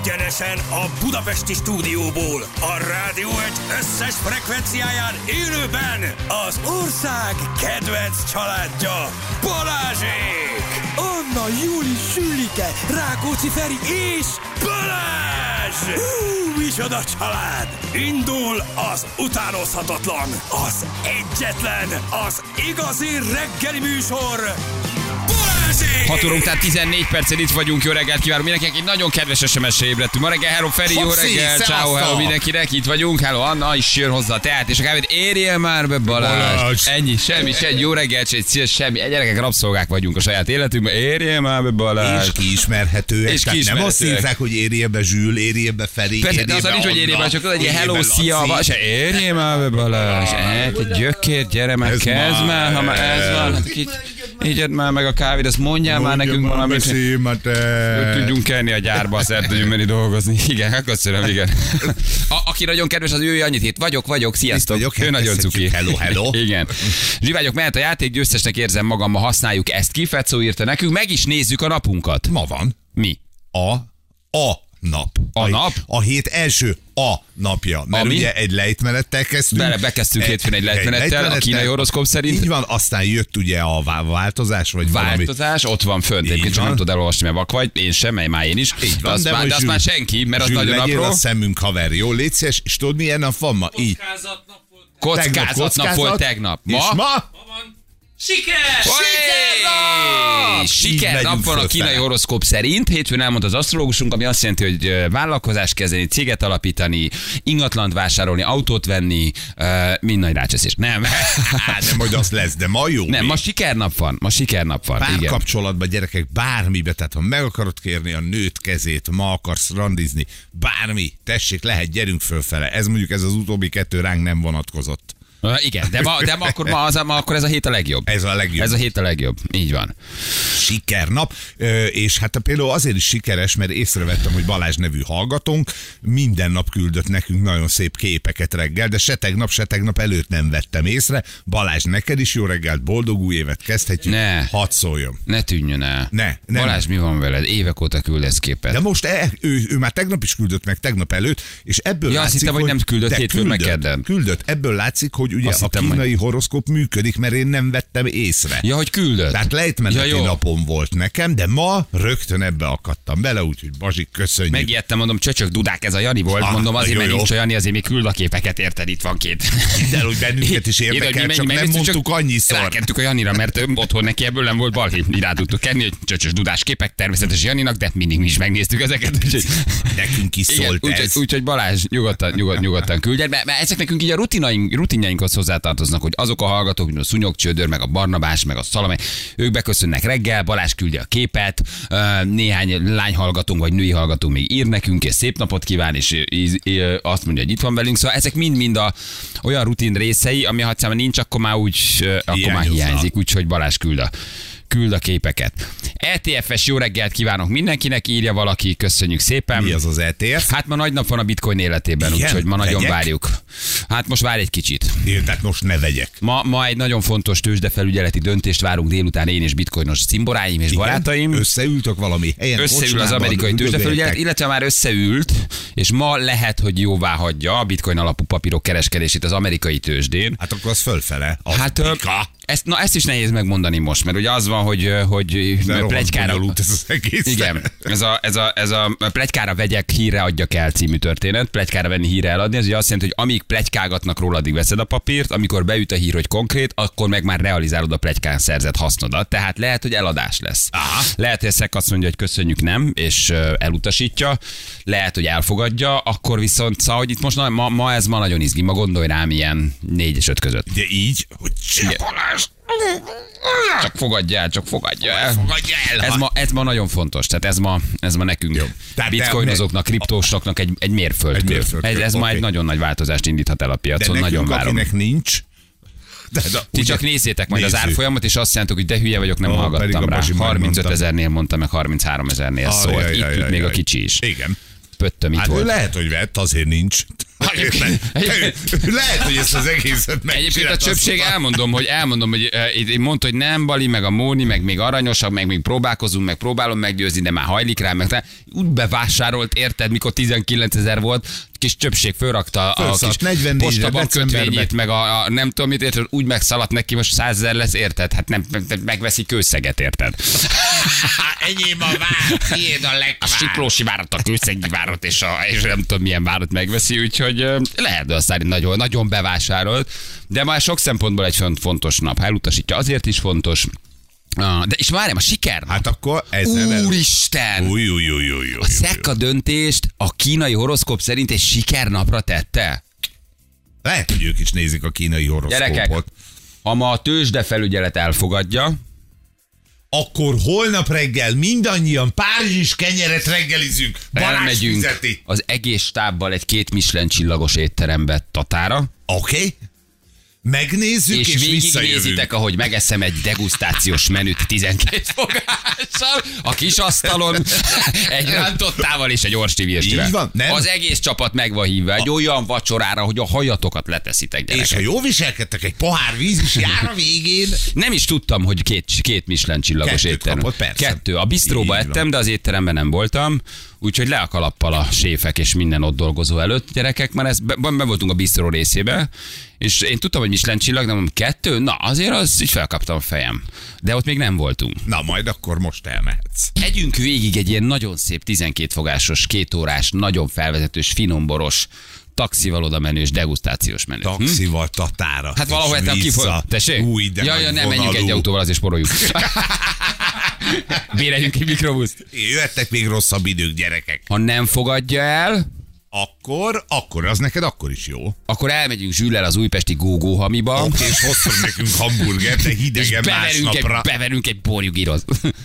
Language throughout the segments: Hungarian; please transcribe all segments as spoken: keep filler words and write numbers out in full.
Egyenesen a budapesti stúdióból, a Rádió egy összes frekvenciáján élőben az ország kedvenc családja, Balázsék! Anna, Júli, Sülike, Rákóczi Feri és Balázs! Hú, micsoda család! Indul az utánozhatatlan, az egyetlen, az igazi reggeli műsor, hat óra után tizennégy percen itt vagyunk, jó reggelt kívánunk mindenkinek, egy nagyon kedves es em es-re ébredtünk. Ma reggel, hello Feri, jó reggel, ciao, hello mindenkinek, itt vagyunk, hello Anna is jön hozzá a teát és a kávét, érjél már be Balázs. Balázs. Ennyi, semmi, se egy jó reggel, se egy szíves, semmi, egy gyerekek rabszolgák vagyunk a saját életünkben, érjél már be Balázs. És kiismerhetőek, és tehát nem azt írták, hogy érjél be Zsül, érjél be Feri, persze, de azon nincs, hogy érjél be, csak az egy hello, szia, se érjél már be Balázs, egy gyökér, gyere már, kezd már, ha már ez van, hát így, így már meg a kávét, azt mondjál már nekünk valamit, hogy tudjunk kelni a gyárba, szert tudjunk menni dolgozni. Igen, köszönöm, igen. A, aki nagyon kedves, az ő annyit itt. Vagyok, vagyok, sziasztok. Vagyok, ő nagyon cuki. Hello, hello. Igen. Zsivágyok, mehet a játék, győztesnek érzem magam, ma használjuk ezt ki. Fecó írta nekünk, meg is nézzük a napunkat. Ma van. Mi? A, a nap. A, a nap? A hét első a napja. Mert Ami? ugye egy lejtmenettel kezdtünk. Bele bekezdtünk e, hétfőn egy lejtmenettel, a kínai horoszkóp szerint. Így van, aztán jött ugye a változás, vagy változás, valami. Ott van fönt. Egyébként csak nem tudod elolvasni, mert vak vagy. Én sem, mely már én is. Így van, de, de, azt, már, de azt már senki, mert az nagyon apró. a szemünk haver, jó? Légy szíves, és tudod milyen nap van ma? Így. Kockázatnap volt tegnap. Ma? És ma? Siker! Sikernap! Sikernap van a kínai horoszkóp szerint. Hétfőn elmondta az asztrológusunk, ami azt jelenti, hogy vállalkozást kezdeni, céget alapítani, ingatlant vásárolni, autót venni, mind nagy rácseszés. Nem. Hát nem, hogy az lesz, de ma jó. Nem, ma sikernap van. Ma sikernap van. Párkapcsolatban, gyerekek, bármibe, tehát ha meg akarod kérni a nőt kezét, ma akarsz randizni, bármi, tessék, lehet, gyerünk fölfele. Ez mondjuk ez az utóbbi kettő ránk nem vonatkozott. Igen, de, ma, de ma, akkor, ma, az, ma akkor ez a hét a legjobb. Ez a legjobb. Ez a hét a legjobb, így van. Sikernap, és hát például azért is sikeres, mert észrevettem, hogy Balázs nevű hallgatónk minden nap küldött nekünk nagyon szép képeket reggel, de se tegnap, se tegnap előtt nem vettem észre. Balázs, neked is jó reggelt, boldog új évet kezdhetjük. Ne. Hadd szóljon. Ne tűnjön el. Ne. Nem. Balázs, mi van veled? Évek óta küldesz képet. De most e, ő, ő már tegnap is küldött meg, tegnap előtt, és ebből ja, látszik, azt hittem, hogy nem küldött hétfőn meg kedden. Küldött, ebből látszik, hogy ugye azt a hittem, kínai hogy... horoszkóp működik, mert én nem vettem észre. Ja, hogy küldött. Tehát lejtmeneti ja, napom volt nekem, de ma rögtön ebbe akadtam bele, úgyhogy Bazsik, köszönjük. Megijedtem, mondom, csöcsök dudák, ez a Jani volt, ah, mondom, azért, mert nincs a Jani, azért még küld a képeket, érted, itt van két. De úgy bennünket is érdekel, csak nem mondtuk annyiszor. Rákentük a Janira, mert otthon neki ebből nem volt balhé. Mi rá tudtuk kenni, hogy csöcsös dudás képek, természetes Janinak, de mindig mi is megnéztük ezeket. Nekünk is szólt igen, ez. Úgyhogy Balázs nyugodtan, nyugodtan, nyugodtan küldjen, mert ezek nekünk így a rutinaink, rutinjainkhoz hozzátartoznak, hogy azok a hallgatók, mint a Szúnyogcsődör, meg a Barnabás, meg a Szalame, ők beköszönnek reggel, Balázs küldje a képet, néhány lány hallgatónk vagy női hallgató még ír nekünk, és szép napot kíván, és azt mondja, hogy itt van velünk. Szóval ezek mind-mind a olyan rutin részei, ami ha egyszerűen nincs, akkor már úgy akkor már hiányzik, úgyhogy Balázs küld a küld a képeket. é té ef-es jó reggelt kívánok mindenkinek, írja valaki, köszönjük szépen. Mi az az é té ef? Hát ma nagy nap van a bitcoin életében, úgyhogy ma nagyon vegyek? várjuk. Hát most várj egy kicsit. Én, tehát most ne vegyek. Ma, ma egy nagyon fontos tőzsdefelügyeleti döntést várunk délután, én és bitcoinos szimboráim és igen? barátaim. Összeültök valami helyen. Összeül az amerikai tőzsdefelügyelet, illetve már összeült, és ma lehet, hogy jóvá hagyja a bitcoin alapú papírok kereskedését az amerikai tőzsdén. Hát akkor az fölfele. Az hát ezt, na, ezt is nehéz megmondani most, mert ugye az van, hogy, hogy pletykára... Ez az egész. Igen, ez a, ez, a, ez a pletykára vegyek, hírre adjak el című történet, pletykára venni, hírre eladni, ez ugye azt jelenti, hogy amíg pletykálgatnak róla, addig veszed a papírt, amikor beüt a hír, hogy konkrét, akkor meg már realizálod a pletykán szerzett hasznodat, tehát lehet, hogy eladás lesz. Aha. Lehet, hogy a szek azt mondja, hogy köszönjük, nem, és elutasítja, lehet, hogy elfogadja, akkor viszont, szóval, hogy itt most ma, ma ez ma nagyon izgi, ma gondolj rám ilyen négy és öt között. De így, hogy csak fogadja el, csak fogadja el. Fogadja el. Ez ma, ez ma nagyon fontos, tehát ez ma, ez ma nekünk bitcoinozóknak, kriptósoknak egy, egy mérföldkő. Egy mérföldkő. Ez, ez okay. ma egy nagyon nagy változást indíthat el a piacon, de nagyon nekünk, várom. Akinek nincs, De, de, Ti csak nézzétek majd nézzük az árfolyamat, és azt mondjátok, hogy de hülye vagyok, nem oh, hallgattam rá. harmincöt ezernél mondta, meg harminchárom ezernél szólt. Itt jaj, jaj, még jaj. a kicsi is. Igen. pöttöm itt Hát ő volt. lehet, hogy vett, azért nincs. Lehet, hogy ezt az egészet meg. Egyébként a csöpség elmondom, hogy elmondom, hogy uh, mondta, hogy nem Bali, meg a Móni, meg még aranyosabb, meg még próbálkozunk, meg próbálom meggyőzni, de már hajlik rá, meg úgy bevásárolt, érted, mikor tizenkilencezer volt, kis csöpség fölrakta a kis postabank kötvényét, meg a, a nem tudom mit, érted, úgy megszaladt neki, most százezer lesz, érted? Hát nem, nem megveszi kőszeget, érted? Enyém a vár, tiéd a legvár. A Siklósi várat, a Kőszegi várat, és, a, és nem tudom milyen várat megveszi, úgyhogy lehet, de aztán nagyon, nagyon bevásárolt. De már sok szempontból egy fontos nap. Ha elutasítja, azért is fontos. De és várjam, a siker. Hát akkor ez nem... Úristen! Új, új, új, új, új, a Szekka döntést a kínai horoszkóp szerint egy sikernapra tette? Lehet, hogy ők is nézik a kínai horoszkópot. Gyerekek, ha ma a tőzsdefelügyelet elfogadja, akkor holnap reggel mindannyian párizsis kenyeret reggelizünk. Balázs elmegyünk fizeti. az egész stábbal egy két Michelin csillagos étterembe Tatára. Oké. Okay. Megnézzük, és, és, és végignézitek, ahogy megeszem egy degustációs menüt tizenkét fogással, a kis asztalon, egy rántottával és egy orsti virstivel. Az egész csapat meg van hívva egy olyan vacsorára, hogy a hajatokat leteszitek, gyerekek. És ha jól viselkedtek, egy pohár víz is jár a végén. Nem is tudtam, hogy két, két Michelin csillagos étterem. Kapott, persze. Kettő. A bistróba ettem, de az étteremben nem voltam. Úgyhogy le a kalappal a séfek és minden ott dolgozó előtt, gyerekek, már ezt be, be voltunk a bistró részébe, és én tudtam, hogy Michelin csillag, de mondom, kettő? Na, azért az így felkaptam a fejem. De ott még nem voltunk. Na, majd akkor most elmehetsz. Együnk végig egy ilyen nagyon szép tizenkét fogásos, két órás, nagyon felvezetős, finomboros, taxival oda menős, degustációs menü. Taxival Tatára. Hát valahol ettem ki. Tessék? Új, de ja, ja, nem menjünk egy autóval, azért sporoljuk. Béreljünk egy mikrobuszt. Jöttek még rosszabb idők, gyerekek. Ha nem fogadja el, akkor, akkor az neked akkor is jó. Akkor elmegyünk Zsüllel az újpesti gógóhamiba. Oké, és hosszor nekünk hamburger, de hidegen másnapra. Egy, beverünk egy borjugiroz.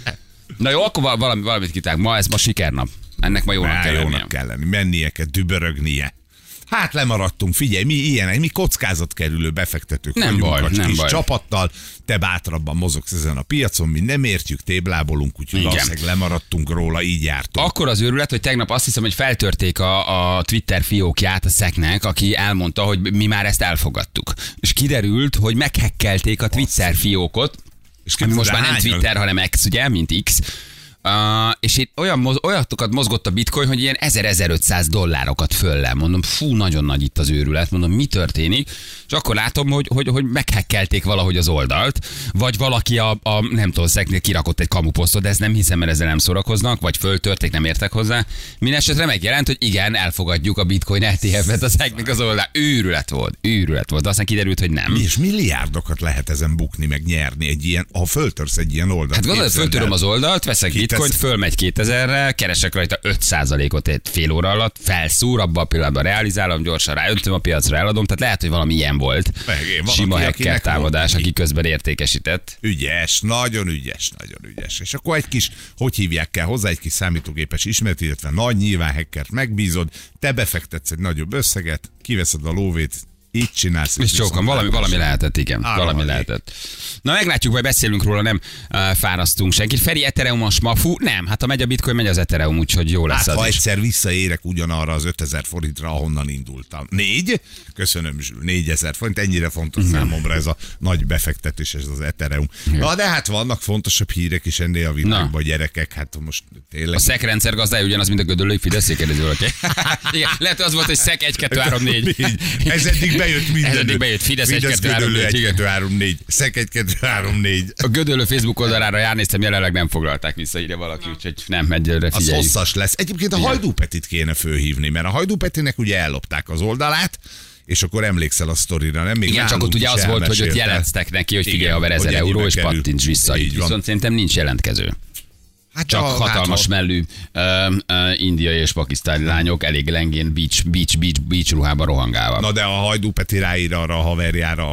Na jó, akkor valami, valamit kitálunk. Ma ez ma sikernap. Ennek ma jónak kell jónak kell lenni. Mennie kell, dübörögnie. Hát lemaradtunk, figyelj, mi ilyen, mi kockázatkerülő befektetők nem vagyunk baj, a nem kis baj. csapattal, te bátrabban mozogsz ezen a piacon, mi nem értjük, téblábolunk, úgyhogy valószínűleg lemaradtunk róla, így jártunk. Akkor az őrület, hogy tegnap azt hiszem, hogy feltörték a, a Twitter fiókját a Szeknek, aki elmondta, hogy mi már ezt elfogadtuk. És kiderült, hogy meghekkelték a Twitter fiókot, és ami most már nem Twitter, hanem X, ugye, mint X. Uh, és itt olyan moz, olyatokat mozgott a bitcoin, hogy ilyen ezer-ezerötszáz dollárokat föllel. Mondom, fú, nagyon nagy itt az őrület. Mondom, mi történik? És akkor látom, hogy, hogy, hogy meghekkelték valahogy az oldalt, vagy valaki a, a nem tudom, Szeknél kirakott egy kamuposztot, de ezt nem hiszem, mert ezzel nem szórakoznak, vagy föltörték, nem értek hozzá. Mindenesetre megjelent, hogy igen, elfogadjuk a bitcoin é té ef-et a Szeknek az oldal. Őrület volt, őrület volt. De aztán kiderült, hogy nem. És milliárdokat lehet ezen bukni, meg nyerni egy ilyen, ha föltörsz egy ilyen oldalt. Hát gondolod, föltöröm az oldalt, veszek bitcoint, fölmegy kétezerre, keresek rajta öt százalékot egy fél óra alatt, felszúr, abban a pillanatban realizálom, gyorsan ráöntöm a piacra, eladom, tehát lehet, hogy valami ilyen volt. Meg, sima hacker támadás, aki közben értékesített. Ügyes, nagyon ügyes, nagyon ügyes. És akkor egy kis, hogy hívják kell hozzá, egy kis számítógépes ismeret, illetve nagy nyilván hackert megbízod, te befektetsz egy nagyobb összeget, kiveszed a lóvét, így csinálsz. És csókom, valami, valami lehetett, igen. Ára valami lehetett. Na meglátjuk, majd beszélünk róla, nem uh, fárasztunk senkit. Feri, Ethereum a smafu? Nem, hát ha megy a bitcoin, megy az Ethereum, úgyhogy jó lesz. Hát az ha is. egyszer visszaérek ugyanarra az ötezer forintra, ahonnan indultam. Négy? Köszönöm, Zsül. négyezer forint, ennyire fontos nem. számomra ez a nagy befektetés, ez az Ethereum. Ja. Na de hát vannak fontosabb hírek is ennél a világban, gyerekek, hát most tényleg. A Szek rendszer gazdája ugyanaz, mint a gödöllői Fidesz, kérdezi valaki. Igen, lehet, hogy az volt, hogy Szek egy kettő három négy. Ez eddig bejött minden. Ez eddig bejött Fidesz egy kettő három négy. Szek egy kettő három négy. A gödöllő Facebook oldalára ránéztem, jelenleg nem foglalták vissza, írja valaki, úgyhogy nem, egyelőre figyeljük. Az hosszas lesz. Egyébként a Hajdú Petit kéne fölhívni, mert a Hajdú Petinek ugye ellopták az oldalát, és akkor emlékszel a sztorira, nem? Még igen, csak ott ugye az volt, hogy ott jeleztek neki, hogy figyelj, haver, ezer euró, és pattints vissza. Viszont szerintem nincs jelentkező. Hát csak a, hatalmas hát, mellű ö, ö, indiai és pakisztáni lányok elég lengén beach, beach, beach, beach ruhában rohangálva. Na de a Hajdú Peti ráír arra a haverjára, aki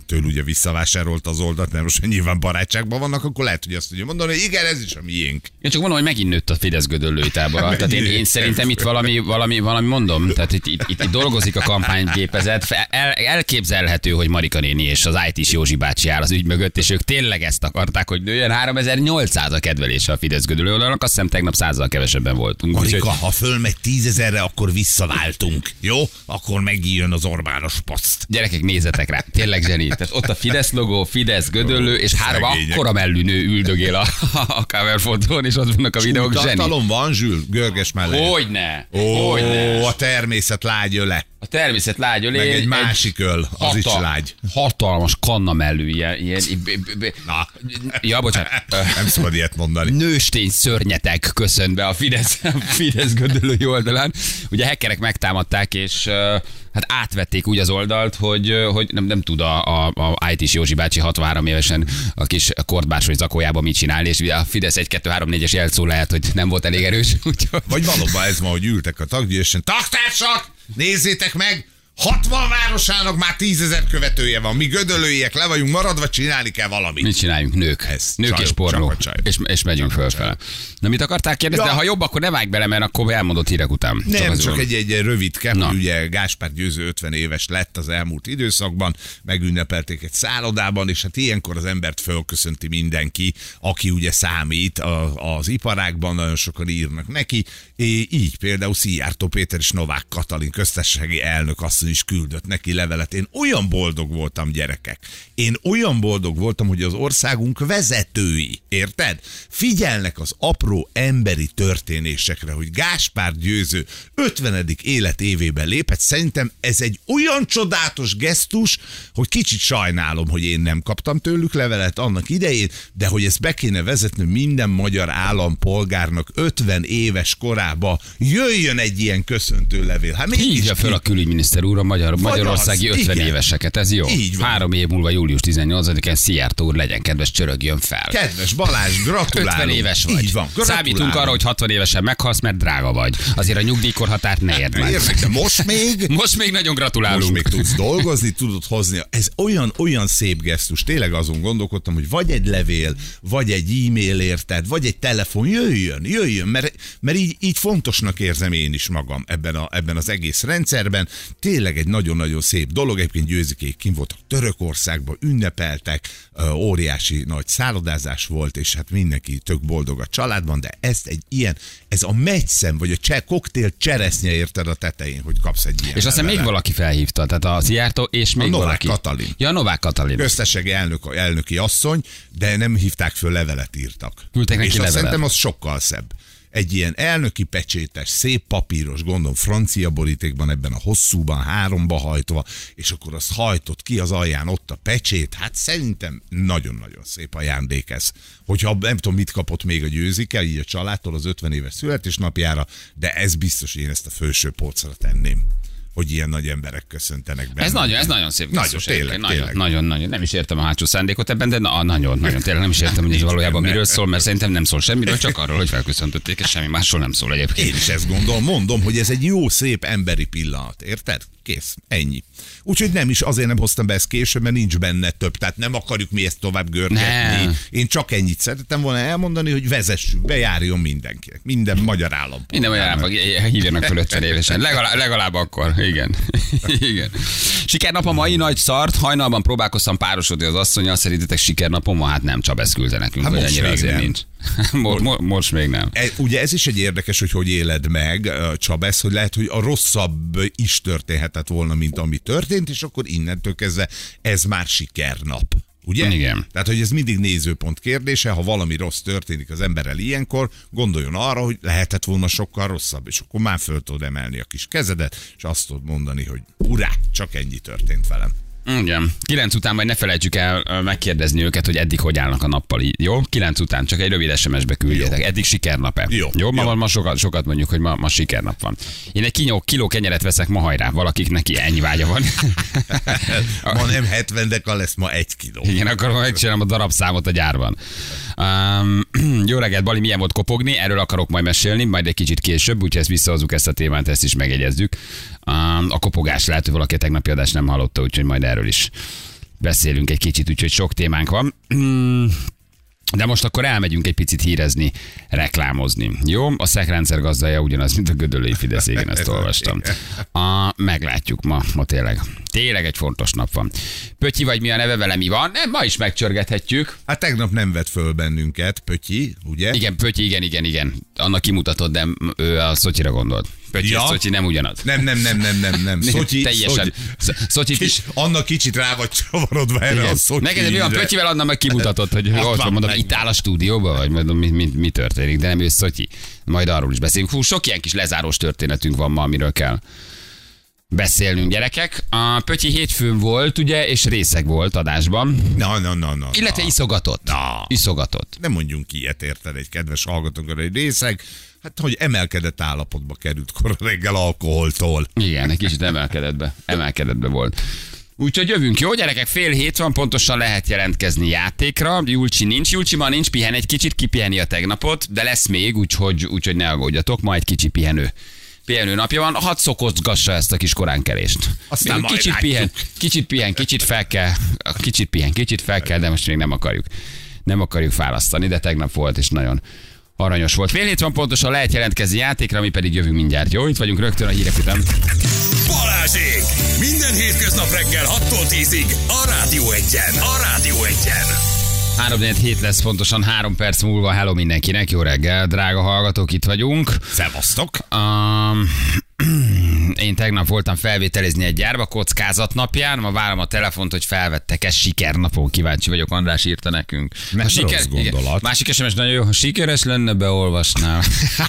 től ugye visszavásárolta az oldalt, mert most nyilván barátságban vannak, akkor lehet, hogy azt tudja mondani, hogy igen, ez is a miénk. Én csak mondom, hogy megint nőtt a Fidesz gödöllői tábora. Tehát én, én szerintem itt valami, valami, valami mondom, tehát itt, itt, itt, itt dolgozik a kampánygépezet. El, elképzelhető, hogy Marika néni és az í té-s Józsi bácsi áll az ügy mögött, és ők tényleg ezt akarták, hogy nőjön. háromezer-nyolcszáz a kedvelése a Fidesz gödöllő oldalnak, azt hiszem tegnap százzal kevesebben voltunk. Marika, Úgyhogy... ha fölmegy tízezerre, akkor visszaváltunk. Jó? Akkor megjön az Orbános paszt. Gyerekek, nézzetek rá, tényleg zseni. Tehát ott a Fidesz logó, Fidesz gödöllő, és három Szegények. akkora mellű nő üldögél a, a coverfotón, és ott vannak a videók, zseni. Tartalom van, Zsül? Görges már le. Hogyne, Ó, hogyne. a természet lágy öle. A természet lágy ölé. Meg egy másik öl, az is lágy. Hatalmas kannamellű, ilyen, ilyen Na. ja, bocsánat. Nem szabad ilyet mondani. Nőstény szörnyetek köszönt be a Fidesz, a Fidesz gödöllői oldalán. Ugye hackerek megtámadták, és hát átvették úgy az oldalt, hogy, hogy nem, nem tud a, a, a í té-s Józsi bácsi hatvanhárom évesen a kis kortbársony zakójában mit csinálni, és a Fidesz egy kettő három négyes jelszó lehet, hogy nem volt elég erős. Úgyhogy... Vagy valóban ez ma, hogy ültek a taggyűlésen. Tagtársak! Nézzétek meg! hatvan városának már tízezer követője van. Mi gödöllőiek le vagyunk maradva, csinálni kell valamit. Mit csináljunk? Nők. Ez Nők csajok, és pornó. csak a És, és megyünk fölfele. Na mit akarták kérdezni? Ja. De ha jobb, akkor ne vágj bele, mert akkor elmondott hírek után. Nem, az csak van. egy, egy rövidke, Na. hogy ugye Gáspár Győző ötven éves lett az elmúlt időszakban, megünnepelték egy szállodában, és hát ilyenkor az embert fölköszönti mindenki, aki ugye számít a, az iparágban, nagyon sokan írnak neki, és így például Szijjártó Péter és Novák Katalin köztársasági elnök asszony is küldött neki levelet. Én olyan boldog voltam, gyerekek. Én olyan boldog voltam, hogy az országunk vezetői, érted? Figyelnek az apró emberi történésekre, hogy Gáspár Győző ötvenedik életévében lépett. Szerintem ez egy olyan csodálatos gesztus, hogy kicsit sajnálom, hogy én nem kaptam tőlük levelet annak idején, de hogy ezt be kéne vezetni minden magyar állampolgárnak ötven éves korába, jöjjön egy ilyen köszöntő levél. Hát Hívja föl a külügyminiszter úr a magyar, magyarországi az, ötven igen. éveseket, ez jó. Így van. Három év múlva, július tizennyolcadikán Szijjártó úr legyen kedves, csörögjön fel. Kedves Balázs, gratulálok. ötven éves vagy. Így van, gratulálok. Számítunk arra, hogy hatvan évesen meghalsz, mert drága vagy. Azért a nyugdíjkorhatárt ne érd meg. Értek, de most még... Most még nagyon gratulálunk. Most még tudsz dolgozni, tudod hozni. Ez olyan, olyan szép gesztus. Tényleg azon gondolkodtam, hogy vagy egy levél, vagy egy e-mail érted, vagy egy telefon, jöjjön, jöjjön, mert, mert így, így fontosnak érzem én is magam ebben, a, ebben az egész rendszerben. Tényleg egy nagyon-nagyon szép dolog. Egyébként Győzikék kint voltak Törökországban, ünnepeltek, óriási nagy szállodázás volt, és hát mindenki tök boldog a családban, de ezt egy ilyen, ez a megyszem, vagy a cse, koktél cseresznye érted a tetején, hogy kapsz egy ilyen. És aztán még valaki felhívta, tehát a Szijjártó, és még A Novák valaki. Katalin. Ja, Novák Katalin. Köztársasági elnök, elnöki asszony, de nem hívták föl, levelet írtak. Küldtek neki és azt levelet. szerintem az sokkal szebb. Egy ilyen elnöki pecsétes, szép papíros, gondolom francia borítékban, ebben a hosszúban, háromba hajtva, és akkor azt hajtott ki az alján, ott a pecsét, hát szerintem nagyon-nagyon szép ajándék ez. Hogyha nem tudom, mit kapott még a Győzike, így a családtól az ötven éves születésnapjára, de ez biztos, hogy én ezt a főső polcra tenném, hogy ilyen nagy emberek köszöntenek be. Ez nagyon, ez nagyon szép. Nagyon, gesztus tényleg, egyébként. nagyon, tényleg. nagyon, nagyon. Nem is értem a hátsó szándékot ebben, de na, nagyon, nagyon. Tényleg nem is értem, hogy ez valójában miről szól, mert szerintem nem szól semmiről, csak arról, hogy felköszöntötték, és semmi másról nem szól egyébként. Én is ezt gondolom, mondom, hogy ez egy jó, szép emberi pillanat, érted? Kész, ennyi. Úgyhogy nem is, azért nem hoztam be ezt később, mert nincs benne több, tehát nem akarjuk mi ezt tovább görgetni. Nem. Én csak ennyit szerettem volna elmondani, hogy vezessük be, járjon mindenkinek, minden magyar állampolgár. Minden magyar állampolgár, hívjanak föl ötven évesen. Legalább, legalább akkor, igen. igen. Sikernap a mai nagy szart, hajnalban próbálkoztam párosodni az asszonnyal, szerintetek sikernapom van? Hát nem, Csabesz küldte nekünk, Hát hogy most ennyire még azért nem. nincs. Most, most, most még nem. E, ugye ez is egy érdekes, hogy hogy éled meg, Csabesz, hogy lehet, hogy a rosszabb is történhetett volna, mint ami történt, és akkor innentől kezdve ez már sikernap. Ugye? Igen. Tehát, hogy ez mindig nézőpont kérdése, ha valami rossz történik az emberrel ilyenkor, gondoljon arra, hogy lehetett volna sokkal rosszabb, és akkor már föl tudod emelni a kis kezedet, és azt tudod mondani, hogy urá, csak ennyi történt velem. Igen. Kilenc után majd ne felejtsük el megkérdezni őket, hogy eddig hogy állnak a nappal. Így. Jó? Kilenc után csak egy rövid es em es-be küldjetek. Eddig sikernap-e? Jó. Jó? Ma, Jó. ma sokat, sokat mondjuk, hogy ma, ma sikernap van. Én egy kiló, kiló kenyeret veszek ma hajrá. Valakik neki ennyi vágya van. Ma nem hetven deka lesz, ma egy kiló. Igen, akkor ma megcsinálom a darabszámot a gyárban. Um, jó reggelt, Bali, milyen volt kopogni? Erről akarok majd mesélni, majd egy kicsit később, úgyhogy ezt visszahozzuk ezt a témát, ezt is megjegyezzük. Um, a kopogás lehet, hogy valaki a tegnapi adást nem hallotta, úgyhogy majd erről is beszélünk egy kicsit, úgyhogy sok témánk van. De most akkor elmegyünk egy picit hírezni, reklámozni. Jó? A szekrendszer gazdája ugyanaz, mint a gödöllői Fidesz, igen, ezt olvastam. A, meglátjuk ma, ma tényleg. Tényleg egy fontos nap van. Pötyi vagy mi a neve, vele mi van? Nem, ma is megcsörgethetjük. Hát tegnap nem vett föl bennünket, Pötyi, ugye? Igen, Pötyi, igen, igen, igen. Annak kimutatott, de ő a Szotyira gondolt. Pötyi, ja. Szotyi nem ugyanaz. Nem, nem, nem, nem, nem, nem. Szotyi, teljesen. Szotyit is. Annak kicsit rá vagy csavarodva erre igen. A Szotyi. Neked mi van Pötyivel, annak meg kimutatott, hogy ott mondom, itt áll a stúdióban, vagy mondom, mi, mi, mi történik, de nem ő Szotyi. Majd arról is beszélünk. Hú, sok ilyen kis lezárós történetünk van ma, amiről kell beszélnünk, gyerekek. A Pötyi hétfőn volt, ugye, és részeg volt adásban. Na, na, na, na. Illetve iszogatott. Na. Iszogatott. Nem mondjunk ilyet, érted, egy kedves hallgatónkra, egy részeg. Hát, hogy emelkedett állapotba került kor reggel alkoholtól. Igen, egy kicsit emelkedett be. Emelkedett be volt. Úgyhogy jövünk, jó gyerekek, fél hét van, pontosan lehet jelentkezni játékra. Julcsi nincs, Julcsi ma nincs, pihen egy kicsit, kipiheni a tegnapot, de lesz még, úgyhogy, úgyhogy ne aggódjatok, ma egy kicsi pihenő. Pihenő napja van, hadd szokozgassa ezt a kis koránkelést. Aztán kicsit látjuk. pihen, kicsit pihen, kicsit fel kell, kicsit pihen, kicsit fel kell, de most még nem akarjuk. Nem akarjuk fárasztani, de tegnap volt, és nagyon aranyos volt. Fél hét van, pontosan lehet jelentkezni játékra, mi pedig jövünk mindjárt. Jó, itt vagyunk rögtön a hírek után. Balázsék! Minden hétköznap reggel hattól tízig a Rádió Egyen. A Rádió Egyen. három hét lesz, pontosan három perc múlva. Hello mindenkinek, jó reggel, drága hallgatók, itt vagyunk. Szevasztok! Um, én tegnap voltam felvételizni egy gyárba, kockázat napján, ma várom a telefont, hogy felvettek-e sikernapon, kíváncsi vagyok, András írta nekünk. Nem ha siker, gondolat. Másik es em es nagyon jó, ha sikeres lenne, beolvasnám.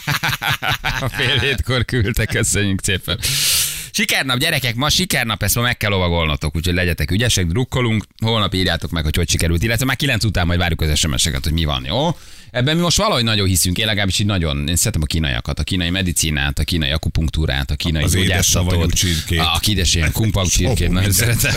A fél hétkor küldte, köszönjük szépen. Sikernap, gyerekek, ma sikernap, ezt ma meg kell lovagolnotok, úgyhogy legyetek ügyesek, drukkolunk, holnap írjátok meg, hogy hogy sikerült, illetve már kilenc után majd várjuk az es em es-eket, hogy mi van, jó? Ebben mi most valahogy nagyon hiszünk, én legalábbis így nagyon, én szeretem a kínaiakat, a kínai medicinát, a kínai akupunktúrát, a kínai gyógyászatot, a kínai kumpau csirkét, nagyon szeretem.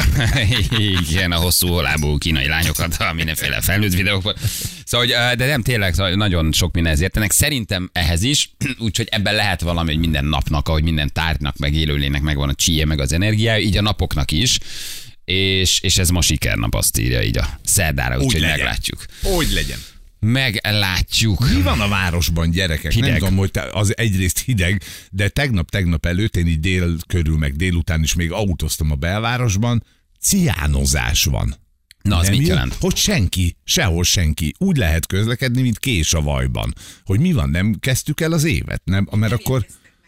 Igen, a hosszú lábú kínai lányokat, a mindenféle felnőtt videókban. Szóval, de nem tényleg nagyon sok mindenhez értenek. Szerintem ehhez is, úgyhogy ebben lehet valami, hogy minden napnak, ahogy minden tárgynak, meg élőlének megvan a csíje, meg az energiája, így a napoknak is. És, és ez ma sikernap, azt írja így a szerdára, úgyhogy úgy meglátjuk. Úgy legyen. Meglátjuk. Mi van a városban, gyerekek? Hideg. Nem tudom, hogy az egyrészt hideg, de tegnap-tegnap előtt, én így dél körül, meg délután is még autóztam a belvárosban, ciánozás van. Na, az nem mit jön? jelent? Hogy senki, sehol senki. Úgy lehet közlekedni, mint kés a vajban. Hogy mi van, nem kezdtük el az évet? Nem, mert akkor...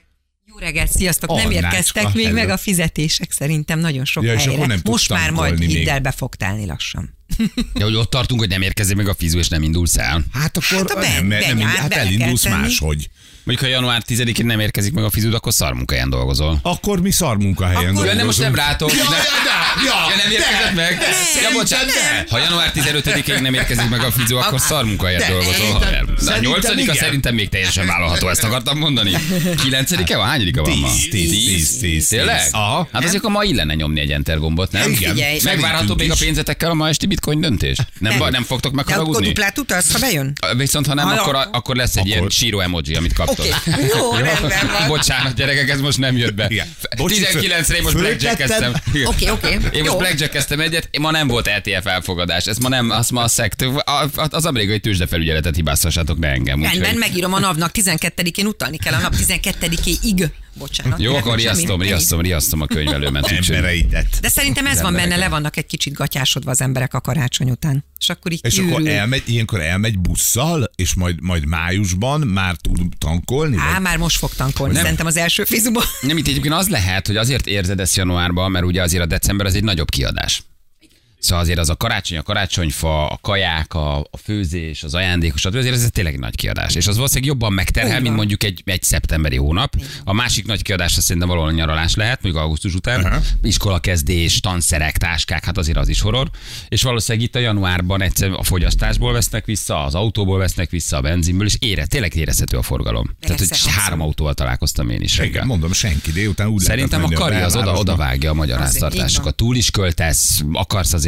Jó reggelt, sziasztok! Nem Annácska, érkeztek még hello. meg a fizetések szerintem nagyon sok Ja, és helyre. akkor nem Most tudsz már majd tankolni hidd még. el, be fog telni lassan. De hogy ott tartunk, hogy nem érkezik meg a fizu, és nem indulsz el. Hát akkor Hát a ben- nem, nem, benyár, hát bele elindulsz kell tenni. máshogy. Mondjuk, ha január tizedikén nem érkezik meg a fizud, akkor szarmunkahelyen dolgozol. Akkor mi szarmunkahelyen Akkor- dolgozunk. Ja, nem, most nem rátok. Ja, nem, ja, ja, ja, nem érkezett de, meg? de, Ja, bocsánat, szerintem ha január tizenötödikén nem érkezik meg a fizu, akkor szarmunkahelyen de, dolgozol. szerintem- haver. Na, a szerintem nyolcadika igen. szerintem még teljesen vállalható, ezt akartam mondani. Kilencedike van? Hányadika van ma? Tíz, tíz, tíz, tíz. Tényleg? Aha. Hát azért a ma illene nyomni egy enter gombot, nem? Igen. Figyelj. Megvárható Szerintünk még a is. pénzetekkel a ma esti bitcoin döntés? Nem, ba- nem fogtok De akkor megharagudni? duplát utalsz, ha bejön? Viszont ha nem, Ha- akkor, akkor lesz egy Akkor- ilyen síró emoji, amit kaptok. Oké, jó, rendben van. Bocsánat, gyerekek, ez most nem jött be. Igen. Bocsi, tizenkilencre én most föltetted? blackjackeztem. Igen. Oké, oké. Én most Jó. blackjackeztem egyet, ma nem volt é té ef elfogadás. Ez ma nem, az ma a szekt. A- Az amerikai tőzsdefelügyeletet hibáztassátok, ne engem. úgyhogy- Rendben, megírom a navnak, tizenkettedikén utalni kell a nap tizenkettedikéig. Bocsánat. Jó, tényleg akkor semmi. riasztom, Ennyi. riasztom, riasztom a könyvelőmet. úgyhogy- Embereidet. De szerintem ez van benne, embereket. le vannak egy kicsit gatyásodva az emberek a karácsony után. És akkor így És akkor kiürül. elmegy, ilyenkor elmegy busszal, és majd, majd májusban már tud tankolni? Á, vagy? már most fog tankolni, Nem. szerintem az első fizuban. Nem, itt egyébként az lehet, hogy azért érzed ezt januárban, mert ugye azért a december az egy nagyobb kiadás. Szóval azért az a karácsony, a karácsonyfa, a kaják, a, a főzés, az ajándékos, stb. Azért ez tényleg egy nagy kiadás. És az valószínűleg jobban megterhel, Úgy mint van. mondjuk egy, egy szeptemberi hónap. A másik nagy kiadás az szerintem valahol a nyaralás lehet, mondjuk augusztus után. Uh-huh. Iskolakezdés, tanszerek, táskák, hát azért az is horror. És valószínűleg itt a januárban egyszer a fogyasztásból vesznek vissza, az autóból vesznek vissza, a benzinből, és ére, tényleg érezhető a forgalom. Tehát, hogy Persze, három autóval találkoztam én is reggel. Igen, mondom, senki délután úgy Szerintem a lehetett menni kari az oda, belvárosba. oda vágja a magyar Azért, így háztartásokat. Túl is költesz, akarsz azért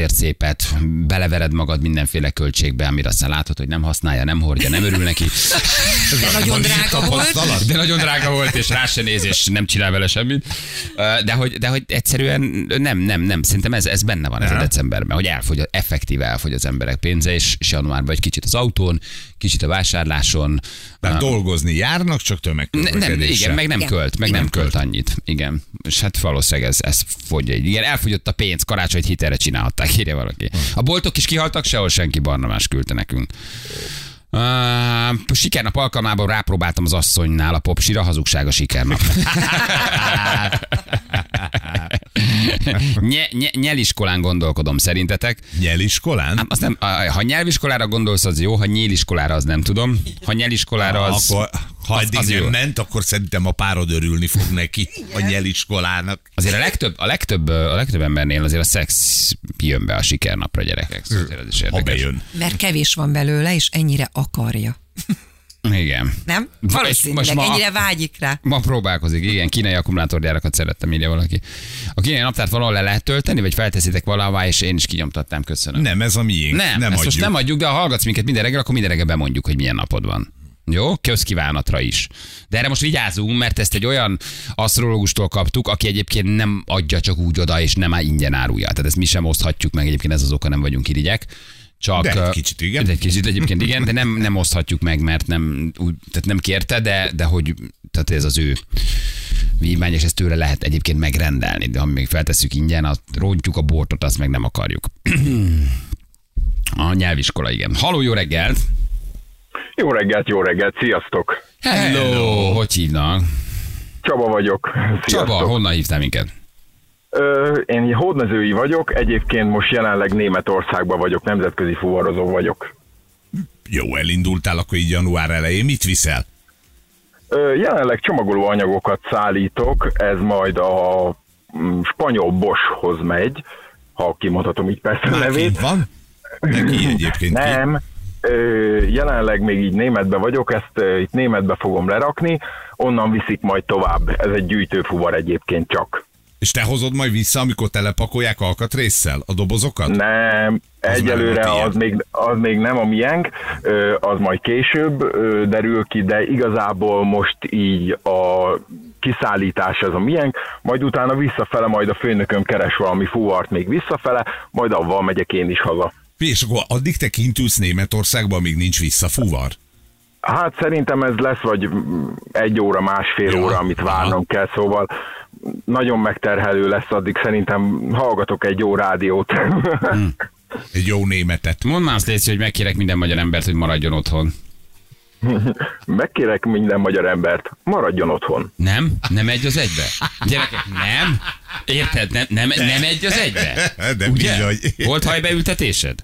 azért szépet, belevered magad mindenféle költségbe, amire aztán látod, hogy nem használja, nem hordja, nem örül neki. De nagyon drága volt. De nagyon drága volt, és rá se néz, és nem csinál vele semmit. De hogy, de hogy egyszerűen nem, nem, nem. Szerintem ez, ez benne van ez a decemberben, hogy elfogy, effektíve elfogy az emberek pénze, és, és januárban egy kicsit az autón, kicsit a vásárláson. Mert uh, dolgozni járnak, csak tömegközlekedéssel. Nem, igen, meg nem igen. költ, meg nem, nem költ annyit. Igen. És hát valószínűleg ez, ez fogy. Igen, elfogyott a pénz, karácsony hitelre csinálhatták, írja valaki. A boltok is kihaltak, sehol senki, Barnabás küldte nekünk. Uh, sikernap alkalmában rápróbáltam az asszonynál a popsira, hazugság a sikernap. nye, nye, nyeliskolán gondolkodom, szerintetek? Nyeliskolán? Hát, azt nem, ha nyelviskolára gondolsz, az jó, ha nyíliskolára, az nem tudom. Ha nyeliskolára, az... Akkor, ha az, eddig az nem jó. ment, akkor szerintem a párod örülni fog neki a nyeliskolának. Azért a legtöbb, a legtöbb, a legtöbb embernél azért a szex jön be a sikernapra, gyerekek. Szóval ez is ha érdekes. bejön. Mert kevés van belőle, és ennyire akarja. Igen. Nem? Most Valószínűleg, ma- ennyire vágyik rá. Ma próbálkozik, igen, kínai akkumulátorgyárakat szerettem, írja valaki. A kínai naptárt valahol le lehet tölteni, vagy felteszitek valahová, és én is kinyomtattam, köszönöm. Nem, ez a miénk. Nem, nem ezt adjuk. most nem adjuk, de ha hallgatsz minket minden reggel, akkor minden reggel bemondjuk, hogy milyen napod van. Jó? Közkívánatra is. De erre most vigyázzunk, mert ezt egy olyan asztrológustól kaptuk, aki egyébként nem adja csak úgy oda, és nem ingyen árulja. Tehát ezt mi sem oszthatjuk meg, egyébként ez az oka, nem vagyunk irigyek. Csak, De egy kicsit igen. De egy kicsit egyébként igen, de nem, nem oszthatjuk meg, mert nem, úgy, tehát nem kérte, de, de hogy tehát ez az ő vívmány, és ezt tőle lehet egyébként megrendelni. De ha még feltesszük ingyen, azt rontjuk a bortot, azt meg nem akarjuk. A nyelviskola, igen. Halló, jó reggelt! Jó reggelt, jó reggelt, sziasztok! Hello! Hello. Hogy hívnak? Csaba vagyok. Sziasztok. Csaba, honnan hívtál minket? Ö, én hódmezői vagyok, egyébként most jelenleg Németországban vagyok, nemzetközi fuvarozó vagyok. Jó, elindultál akkor így január elején. Mit viszel? Ö, jelenleg csomagoló anyagokat szállítok, ez majd a mm, spanyol Boschhoz megy, ha kimondhatom így persze a nevét. Van? Neki egyébként Nem. Ki? Ö, jelenleg még így németbe vagyok, ezt ö, itt németbe fogom lerakni, onnan viszik majd tovább. Ez egy gyűjtőfuvar egyébként csak. És te hozod majd vissza, amikor telepakolják alkatrésszel a dobozokat? Nem, Az egyelőre az még, az még nem a miénk, ö, az majd később ö, derül ki, de igazából most így a kiszállítás az a miénk, majd utána visszafele, majd a főnököm keres valami fuvart még visszafele, majd avval megyek én is haza. És akkor addig te kint ülsz Németországban, amíg nincs visszafuvar? Hát szerintem ez lesz vagy egy óra, másfél Ja, óra, amit várnom aha. kell, szóval nagyon megterhelő lesz addig, szerintem hallgatok egy jó rádiót. Hmm. Egy jó németet. Mondd már azt, Léci, hogy megkérek minden magyar embert, hogy maradjon otthon. Megkérek minden magyar embert, maradjon otthon. Nem? Nem egy az egybe? Gyerekek, nem? Érted? Nem, nem, nem egy az egybe? De Ugye? bizony. Volt hajbeültetésed?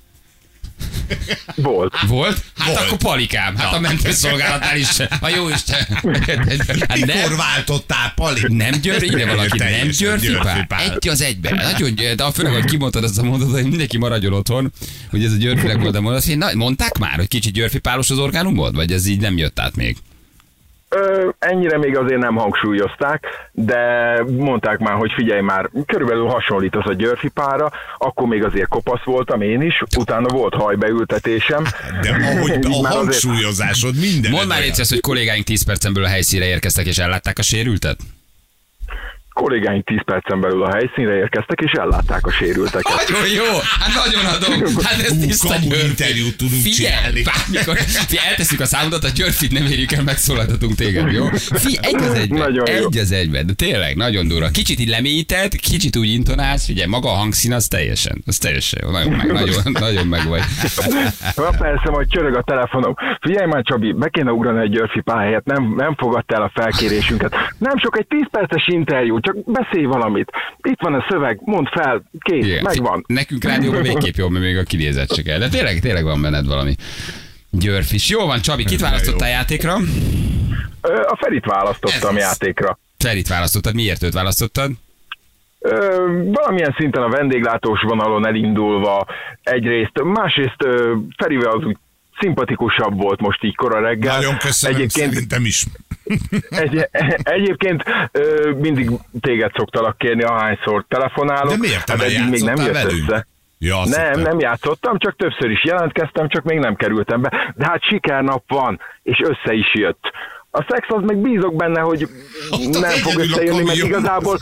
Volt. Volt? Hát Volt. akkor palikám. Hát a mentőszolgálatnál is. A jó Isten. Hát Mikor nem, váltottál, Pali? nem győr, ide valaki, nem Teljesen győrfipál? győrfipál. Egy az egyben. Nagyon, győr- de a főleg, hogy kimondtad azt a mondatot, hogy mindenki maradjon otthon, hogy ez a győrfileg volt a mondat, hogy na, mondták már, hogy kicsit győrfipálos az orgánumod? Vagy ez így nem jött át még? Ö, ennyire még azért nem hangsúlyozták, de mondták már, hogy figyelj már, körülbelül hasonlít az a győrfipára, akkor még azért kopasz voltam én is, utána volt hajbeültetésem. De ahogy Így a már azért- hangsúlyozásod minden. Mondd már légy, hogy kollégáink tíz percen belül a helyszínre érkeztek és ellátták a sérültet? Kollégáink tíz percen belül a helyszínre érkeztek, és ellátták a sérülteket. Nagyon jó, hát nagyon adom. Hát ez Ú, tiszta kamu Györfi. interjút tudunk Figyelj, csinálni. bármikor, figyelj, eltesszük a számodat, a Györfit nem érjük el, megszólaltatunk téged, jó? Figyelj, egy az egyben, Nagyon jó. egy az egyben, de tényleg, nagyon durva. Kicsit így lemélyíted, kicsit úgy intonálsz, figyelj, maga a hangszín, az teljesen, az teljesen jó, nagyon meg, nagyon, nagyon meg vagy. Na persze, majd csörög a telefonom. Figyelj már, Csabi, be kéne ugrani egy Györfi pályáját, nem, nem fogadta el a felkérésünket. Nem sok, egy tíz perces interjú, csak beszélj valamit. Itt van a szöveg, mondd fel, kész, Igen. megvan. Nekünk rádióban végképp jó, mert még a kinézet se kell. De tényleg, tényleg van benned valami Györfis. Jó van, Csabi, kit választottál játékra? Ö, A Ferit választottam Ez az. játékra. Ferit választottad, miért őt választottad? Ö, valamilyen szinten a vendéglátós vonalon elindulva egyrészt, másrészt ö, Ferivel az úgy szimpatikusabb volt most így kora reggel. Nagyon köszönöm, Egyébként, szerintem is. egy, egyébként ö, mindig téged szoktalak kérni, ahányszor telefonálok. De miért te Hát már eddig még nem játszottál jött velünk? össze. Ja, azt nem, hittem. nem játszottam, csak többször is jelentkeztem, csak még nem kerültem be. De hát sikernap van, és össze is jött. A szex az meg bízok benne, hogy Ott az nem fog egyedül a összejönni, mert kamion. igazából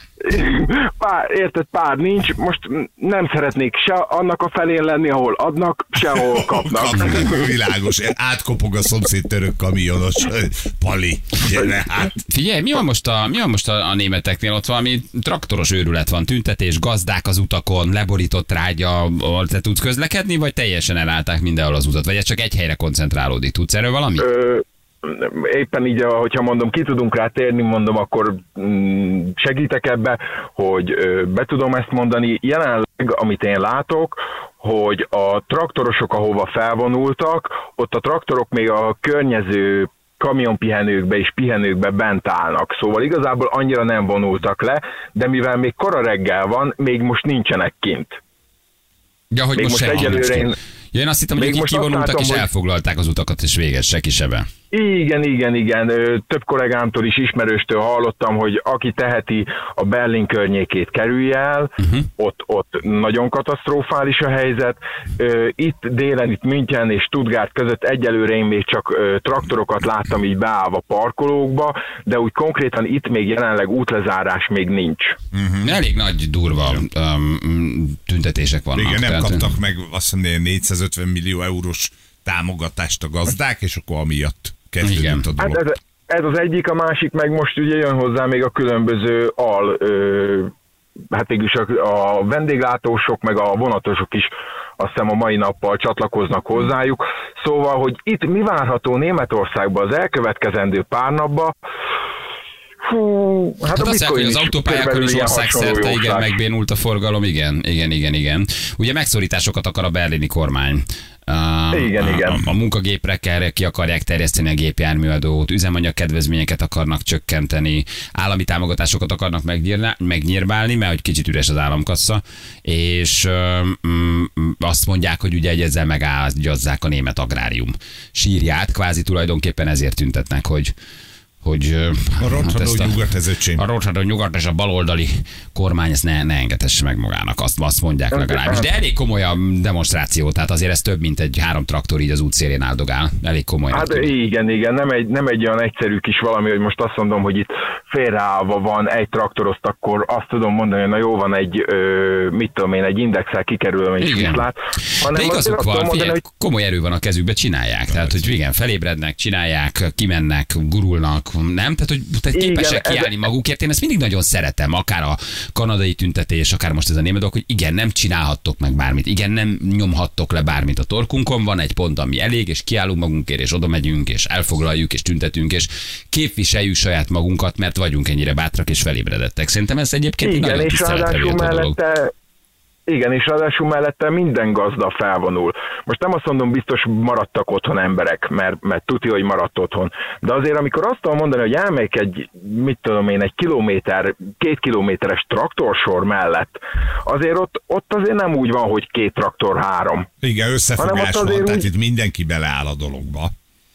pár, érted, pár nincs, most nem szeretnék se annak a felén lenni, ahol adnak, se ahol kapnak. Kapnak, világos, átkopog a szomszéd török kamionos. Pali, gyere hát. Figyelj, mi van most a, mi van most a, a németeknél? Ott valami traktoros őrület van, tüntetés, gazdák az utakon, leborított trágya, ahol te tudsz közlekedni, vagy teljesen elállták mindenhol az utat? Vagy ez csak egy helyre koncentrálódik? Tudsz erről valami? Ö, éppen így, hogyha mondom, ki tudunk rá térni, mondom, akkor mm, segítek ebbe, hogy ö, be tudom ezt mondani. Jelenleg, amit én látok, hogy a traktorosok, ahova felvonultak, ott a traktorok még a környező kamionpihenőkbe és pihenőkbe bent állnak. Szóval igazából annyira nem vonultak le, de mivel még kora reggel van, még most nincsenek kint. Ja, hogy Még most, most senki nincs egyelőre kint. én- Ja, én azt hittem, hogy Még akik most azt kivonultak látom, és hogy- elfoglalták az utakat, és véges, seki sebe. Igen, igen, igen. Ö, Több kollégámtól is, ismerőstől hallottam, hogy aki teheti, a Berlin környékét kerülje el, uh-huh. ott, ott nagyon katasztrofális a helyzet. Ö, Itt délen, itt München és Stuttgart között egyelőre én még csak ö, traktorokat láttam így beállva parkolókba, de úgy konkrétan itt még jelenleg útlezárás még nincs. Uh-huh. Elég nagy, durva um, tüntetések vannak. Igen, nem tehát- kaptak meg azt mondja, négyszázötven millió eurós támogatást a gazdák, és akkor amiatt Igen. kezdődött a Hát dolog. ez, ez az egyik, a másik meg most ugye jön hozzá még a különböző al, ö, hát mégis a, a vendéglátósok, meg a vonatosok is azt hiszem a mai nappal csatlakoznak hozzájuk. Szóval, hogy itt mi várható Németországban az elkövetkezendő pár napban, hú, hát, Hát a azt mondják, hogy bitcoin az is autópályákon körülbelül is ilyen országszerte hasonló igen, jóság. megbénult a forgalom, igen, igen, igen, igen. Ugye megszorításokat akar a berlini kormány. Uh, Igen, a, igen. A, a munkagépre ki akarják terjeszteni a gépjárműadót, üzemanyag kedvezményeket akarnak csökkenteni, állami támogatásokat akarnak megnyírná- megnyírbálni, mert hogy kicsit üres az államkassa, és uh, mm, azt mondják, hogy ugye ezzel megágyazzák a német agrárium sírját, kvázi tulajdonképpen ezért tüntetnek, hogy hogy A rothadó ezt a- nyugat ez öcsém. a rothadó nyugat és a baloldali kormány ezt ne, ne engedhesse meg magának, azt, azt mondják legalábbis. De elég komoly a demonstráció, tehát azért ez több, mint egy három traktor így az útszélén áldogál. Elég komoly. Hát igen, igen, nem egy, nem egy olyan egyszerű kis valami, hogy most azt mondom, hogy itt félreállva van egy traktoroszt, akkor azt tudom mondani, hogy na jó, van egy, ö, mit tudom én, egy indexel kikerülöm és Igen. viszlát. De igazuk van, mondani, figyelj, hogy komoly erő van a kezükbe, csinálják. Tehát, hogy igen, felébrednek, csinálják, kimennek, gurulnak, nem? Tehát, hogy tehát Igen, képesek ez- kiállni magukért. Én ezt mindig nagyon szeretem, akár a kanadai tüntetés, akár most ez a német dolog, hogy igen, nem csinálhattok meg bármit, igen, nem nyomhattok le bármit a torkunkon, van egy pont, ami elég, és kiállunk magunkért, és oda megyünk, és elfoglaljuk, és tüntetünk, és képviseljük saját magunkat, mert vagyunk ennyire bátrak és felébredettek. Szerintem ez egyébként egy igen, nagyon és tiszteletre ráadásul méltó dolog. mellette igen, és ráadásul mellette minden gazda felvonul. Most nem azt mondom, biztos maradtak otthon emberek, mert, mert tuti, hogy maradt otthon. De azért, amikor azt tudom mondani, hogy elmegyek egy, mit tudom én, egy kilométer, két kilométeres traktorsor mellett, azért ott, ott azért nem úgy van, hogy két traktor, három. Igen, összefogás Hanem ott van, azért tehát úgy- itt mindenki beleáll a dologba.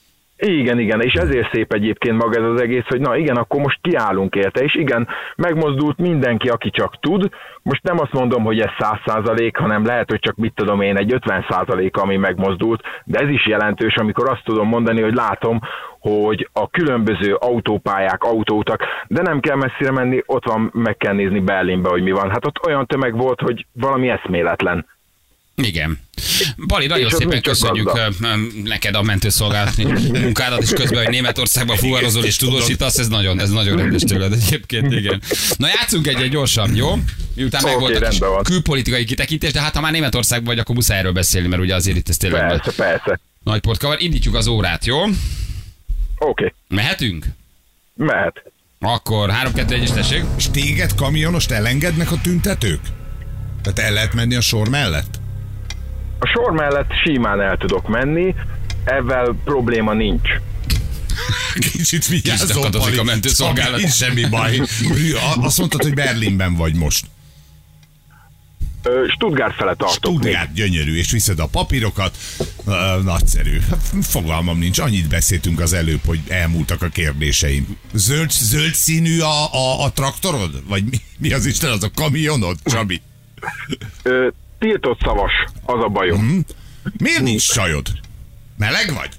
Igen, igen, és ezért szép egyébként maga ez az egész, hogy na igen, akkor most kiállunk érte, és igen, megmozdult mindenki, aki csak tud. Most nem azt mondom, hogy ez száz százalék, hanem lehet, hogy csak mit tudom én, egy ötven százalék, ami megmozdult, de ez is jelentős, amikor azt tudom mondani, hogy látom, hogy a különböző autópályák, autóutak, de nem kell messzire menni, ott van, meg kell nézni Berlinbe, hogy mi van. Hát ott olyan tömeg volt, hogy valami eszméletlen. Igen. Bali, nagyon És az szépen nincs csak köszönjük gazda. ö, ö, neked a mentőszolgálati munkádat, és közben, hogy Németországban fuvarozol és tudósítasz, ez nagyon, ez nagyon rendes tőled egyébként, igen. Na játszunk egyet gyorsan, jó? Miután Oké, meg volt a kis rendben van. külpolitikai kitekintés, de hát ha már Németországban vagy, akkor muszáj erről beszélni, mert ugye azért itt ez tényleg nagy, Persze, persze. nagy portkavar. Indítjuk az órát, jó? Oké, Mehetünk? mehet. Akkor három kettő egy és tessék. És téged kamionost elengednek a tüntetők? Tehát el lehet menni a sor mellett? A sor mellett simán el tudok menni, ezzel probléma nincs. Kicsit vigyázzol, Kiszakadozik Pali. a mentőszolgálat. Nincs semmi baj. Azt mondtad, hogy Berlinben vagy most. Ö, Stuttgart fele tartok még. Stuttgart, gyönyörű, és viszed a papírokat. Ö, Nagyszerű. Fogalmam nincs, annyit beszéltünk az előbb, hogy elmúltak a kérdéseim. Zöld, zöld színű a, a, a traktorod? Vagy mi, mi az Isten az a kamionod, Csabi? Ö, tiltott szavas, az a bajom. Mm. Miért nincs csajod? Meleg vagy?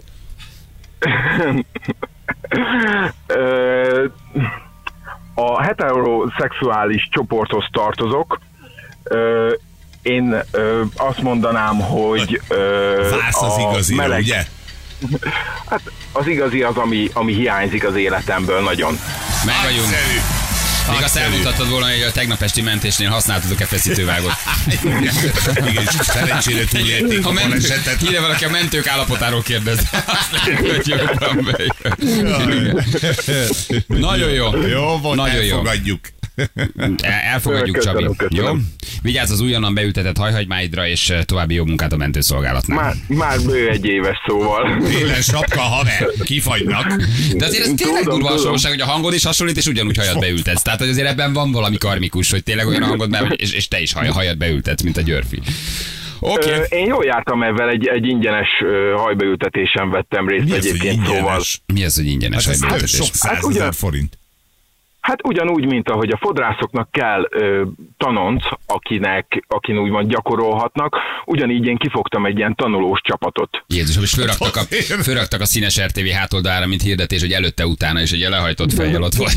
Ö, a heteroszexuális csoporthoz tartozok. Ö, én ö, azt mondanám, hogy ö, Vársz az igazira, meleg... ugye? Hát az igazi az, ami, ami hiányzik az életemből nagyon. Meg vagyunk. Nagyszerű. Még azt elmutattad volna, hogy a tegnap esti mentésnél használtatok-e feszítővágót. Igen, és szerencsére túlélték a balesetet. Ide valaki a mentők állapotáról kérdez. Hogy jobban bejön. Nagyon jó. Jó volt, Nagyon jó. elfogadjuk. Elfogadjuk, Csabi. Köszönöm, köszönöm. Jó? Vigyázz az újonnan beültetett hajhagymáidra, és további jó munkát a mentőszolgálatnál. Már, már bő egy éves, szóval. Télen sapka, haver, kifagynak. De azért ez tényleg Tudom, durva tudom. hasonlóság, hogy a hangod is hasonlít, és ugyanúgy hajat beültetsz. Tehát, hogy azért ebben van valami karmikus, hogy tényleg olyan a hangod, be, és, és te is haj, hajat beültetsz, mint a Györfi. Oké. Ö, Okay. Én jól jártam ezzel, egy, egy ingyenes ö, hajbeültetésen vettem részt Mi az, hogy egyébként, szóval. ingyenes? Mi az, hogy ingyenes Hát ez több hajbeültetés? sok Hát ugye- százezer forint. Hát ugyanúgy, mint ahogy a fodrászoknak kell ö, tanonc, akinek, akin úgymond gyakorolhatnak, ugyanígy én kifogtam egy ilyen tanulós csapatot. Jézusom, és fölraktak a, Azért. fölraktak a színes er té vé hátoldalára, mint hirdetés, hogy előtte, utána, és egy lehajtott fejjel ott volt.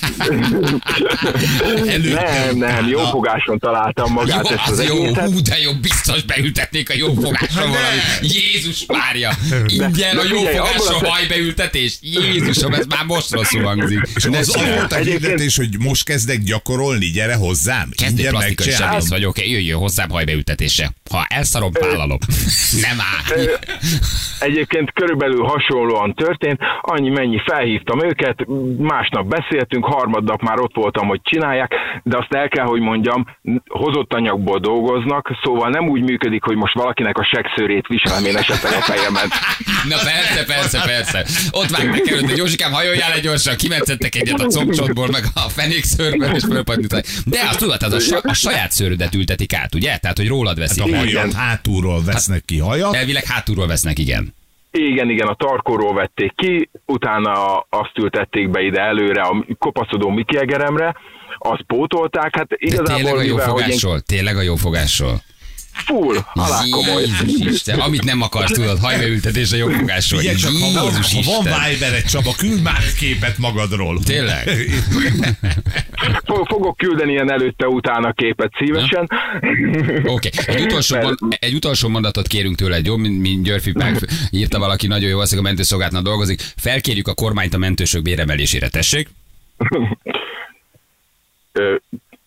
Nem, nem, jó fogáson találtam magát Jó, ezt az az jó, egészet. hú, de jó, biztos beültetnék a jó fogásra valami. Jézus Mária, ingyen de a jó figyelj, fogásra abból a- hajbeültetés. Jézusom, ez már most rosszul hangzik. És Ne az, az csinálj. volt a Egyébként- hirdetés, hogy most kezdek gyakorolni, gyere hozzám. Kezdő Ingyen plastikai megcsinálom. sebész vagyok, jöjjön hozzám hajbeültetésre. Ha elszarom, vállalom. Nem áll. Egyébként körülbelül hasonlóan történt, annyi mennyi felhívtam őket, másnap beszéltünk, harmadnap már ott voltam, hogy csinálják, de azt el kell, hogy mondjam, hozott anyagból dolgoznak, szóval nem úgy működik, hogy most valakinek a seggszőrét viselem én esetleg a fejemen. Na persze, persze, persze. Ott vágták előtt, hogy Józsikám, hajoljál egy gyorsan, kimetszettek egyet a combcsodból, meg a fenékszőrből, és fölpadnít. De azt tudod, az a, sa- a saját szőrödet ültetik át, ugye? Tehát, hogy rólad veszik. A át. hajat hátulról vesznek ki hajat. Elvileg hátulról vesznek, igen. Igen, igen, a tarkóról vették ki, utána azt ültették be ide előre a kopaszodó Miki Egeremre, azt pótolták, hát De igazából tényleg a jó mivel, hogy én fogásról, tényleg a jó fogásról. full, halálkomoly. Jézus Isten, amit nem akarsz, tudod, hajbeültetés a jó fogásról. Figyelj csak, ha van, Jézus ha van Isten. Viber-et, Csaba, küld már egy képet magadról. Tényleg? Fo- Fogok küldeni ilyen előtte-utána képet szívesen. Oké, okay. egy, utolsó, Mert- mon- egy utolsó mondatot kérünk tőled, jó? Mint, mint Györfi Pák írta valaki, nagyon jó, az, a mentőszolgálatnál dolgozik. Felkérjük a kormányt a mentősök béremelésére, tessék? Ö,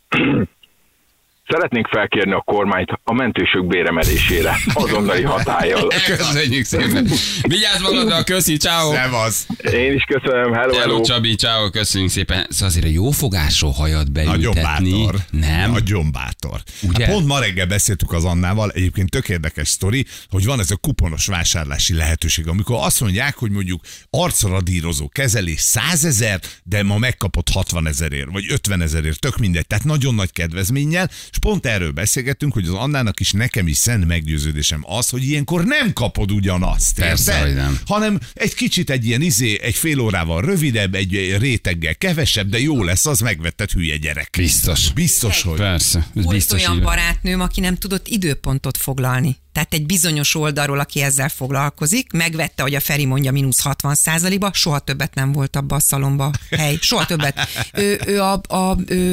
Szeretnénk felkérni a kormányt a mentősök béremelésére, azonnali hatállyal. Köszönjük szépen. Vigyázz magadra, köszi, ciao. Szevasz. Én is köszönöm, hello, Hello, hello. Csabi, ciao, köszönjük szépen. Szóval azért a jó fogásról hajat Nagyon beültetni. bátor. Nem? Nagyon bátor. Ugye? Hát pont ma reggel beszéltük az Annával, egyébként tök érdekes sztori, hogy van ez a kuponos vásárlási lehetőség, amikor azt mondják, hogy mondjuk arcradírozó kezelés százezer, de ma megkapott hatvanezerért, vagy ötvenezerért, tök mindegy. Tehát nagyon nagy kedvezménnyel, és pont erről beszélgettünk, hogy az Annának is, nekem is szent meggyőződésem az, hogy ilyenkor nem kapod ugyanazt. Persze, érted? hogy nem. Hanem egy kicsit egy ilyen izé, egy fél órával rövidebb, egy réteggel kevesebb, de jó lesz, az megvetted, hülye gyerek. Biztos. Biztos, hogy. Persze, ez Volt biztos olyan így van. barátnőm, aki nem tudott időpontot foglalni. Tehát egy bizonyos oldalról, aki ezzel foglalkozik, megvette, hogy a Feri mondja, mínusz hatvan százalékba, soha többet nem volt abba a szalomba hely. Soha többet. Ő, ő a, a ő,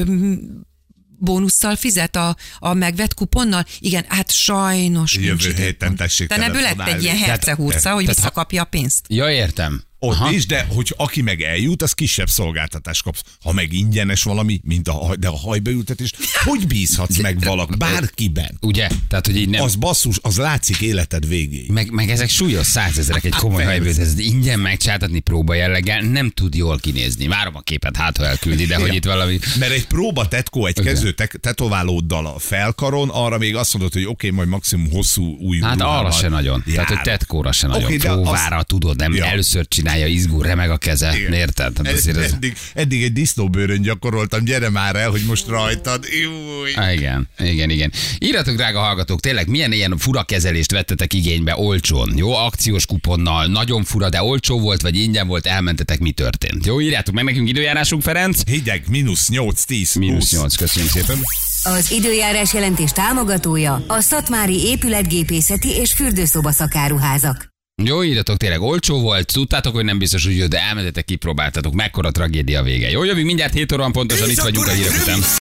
bónusszal fizet a, a megvett kuponnal? Igen, hát sajnos. nincs Jövő időpont. héten tessék Tehát ebből lett egy telefonálni. ilyen hercehurca, hogy tehát- visszakapja a pénzt. Ja, értem. Ott Aha. is, de hogy aki meg eljut, az kisebb szolgáltatást kapsz. Ha meg ingyenes valami, mint a, haj- de a hajbeültetés, hogy bízhatsz meg valaki, bárkiben? Ugye? Tehát, hogy így nem. Az basszus, az látszik életed végéig. Meg, meg ezek súlyos százezerek egy komoly persze. hajbőzet. Ingyen megcsátatni próba jelleggel nem tud jól kinézni. Várom a képet, hát ha elküldi, de hogy itt valami... Mert egy próba tetkó, egy Igen. kezdő te- tetoválóddal a felkaron, arra még azt mondod, hogy oké, okay, majd maximum hosszú új Hát ruhával arra se nagyon. jár. Tehát, hogy tetkóra se nagyon. Oké, de az- Próbára tudod, nem Ja. először csinálja, izgul, remeg a keze. Igen. Érted? Tehát Ed- azért ez... eddig, eddig egy disznóbőrön gyakoroltam, gyere már el, hogy most rajtad. Júj. Ah, igen, igen, igen. Írjatok, drága hallgatók, tényleg milyen ilyen fura kezelést vettetek igénybe olcsón, jó? Akciós kuponnal, nagyon fura, de olcsó volt, vagy ingyen volt, elmentetek, mi történt? Jó, írjátok meg nekünk, időjárásunk, Ferenc? Hideg, mínusz nyolc, tíz, Mínusz húsz. nyolc, köszönjük szépen. Az időjárás jelentés támogatója a Szatmári épületgépészeti és fürdőszoba szakáruházak. Jó, írjatok, tényleg olcsó volt, tudtátok, hogy nem biztos, hogy jó, de elmentetek, kipróbáltatok, mekkora tragédia vége. Jó, jövünk mindjárt hét óra pontosan, itt vagyunk a hírek után.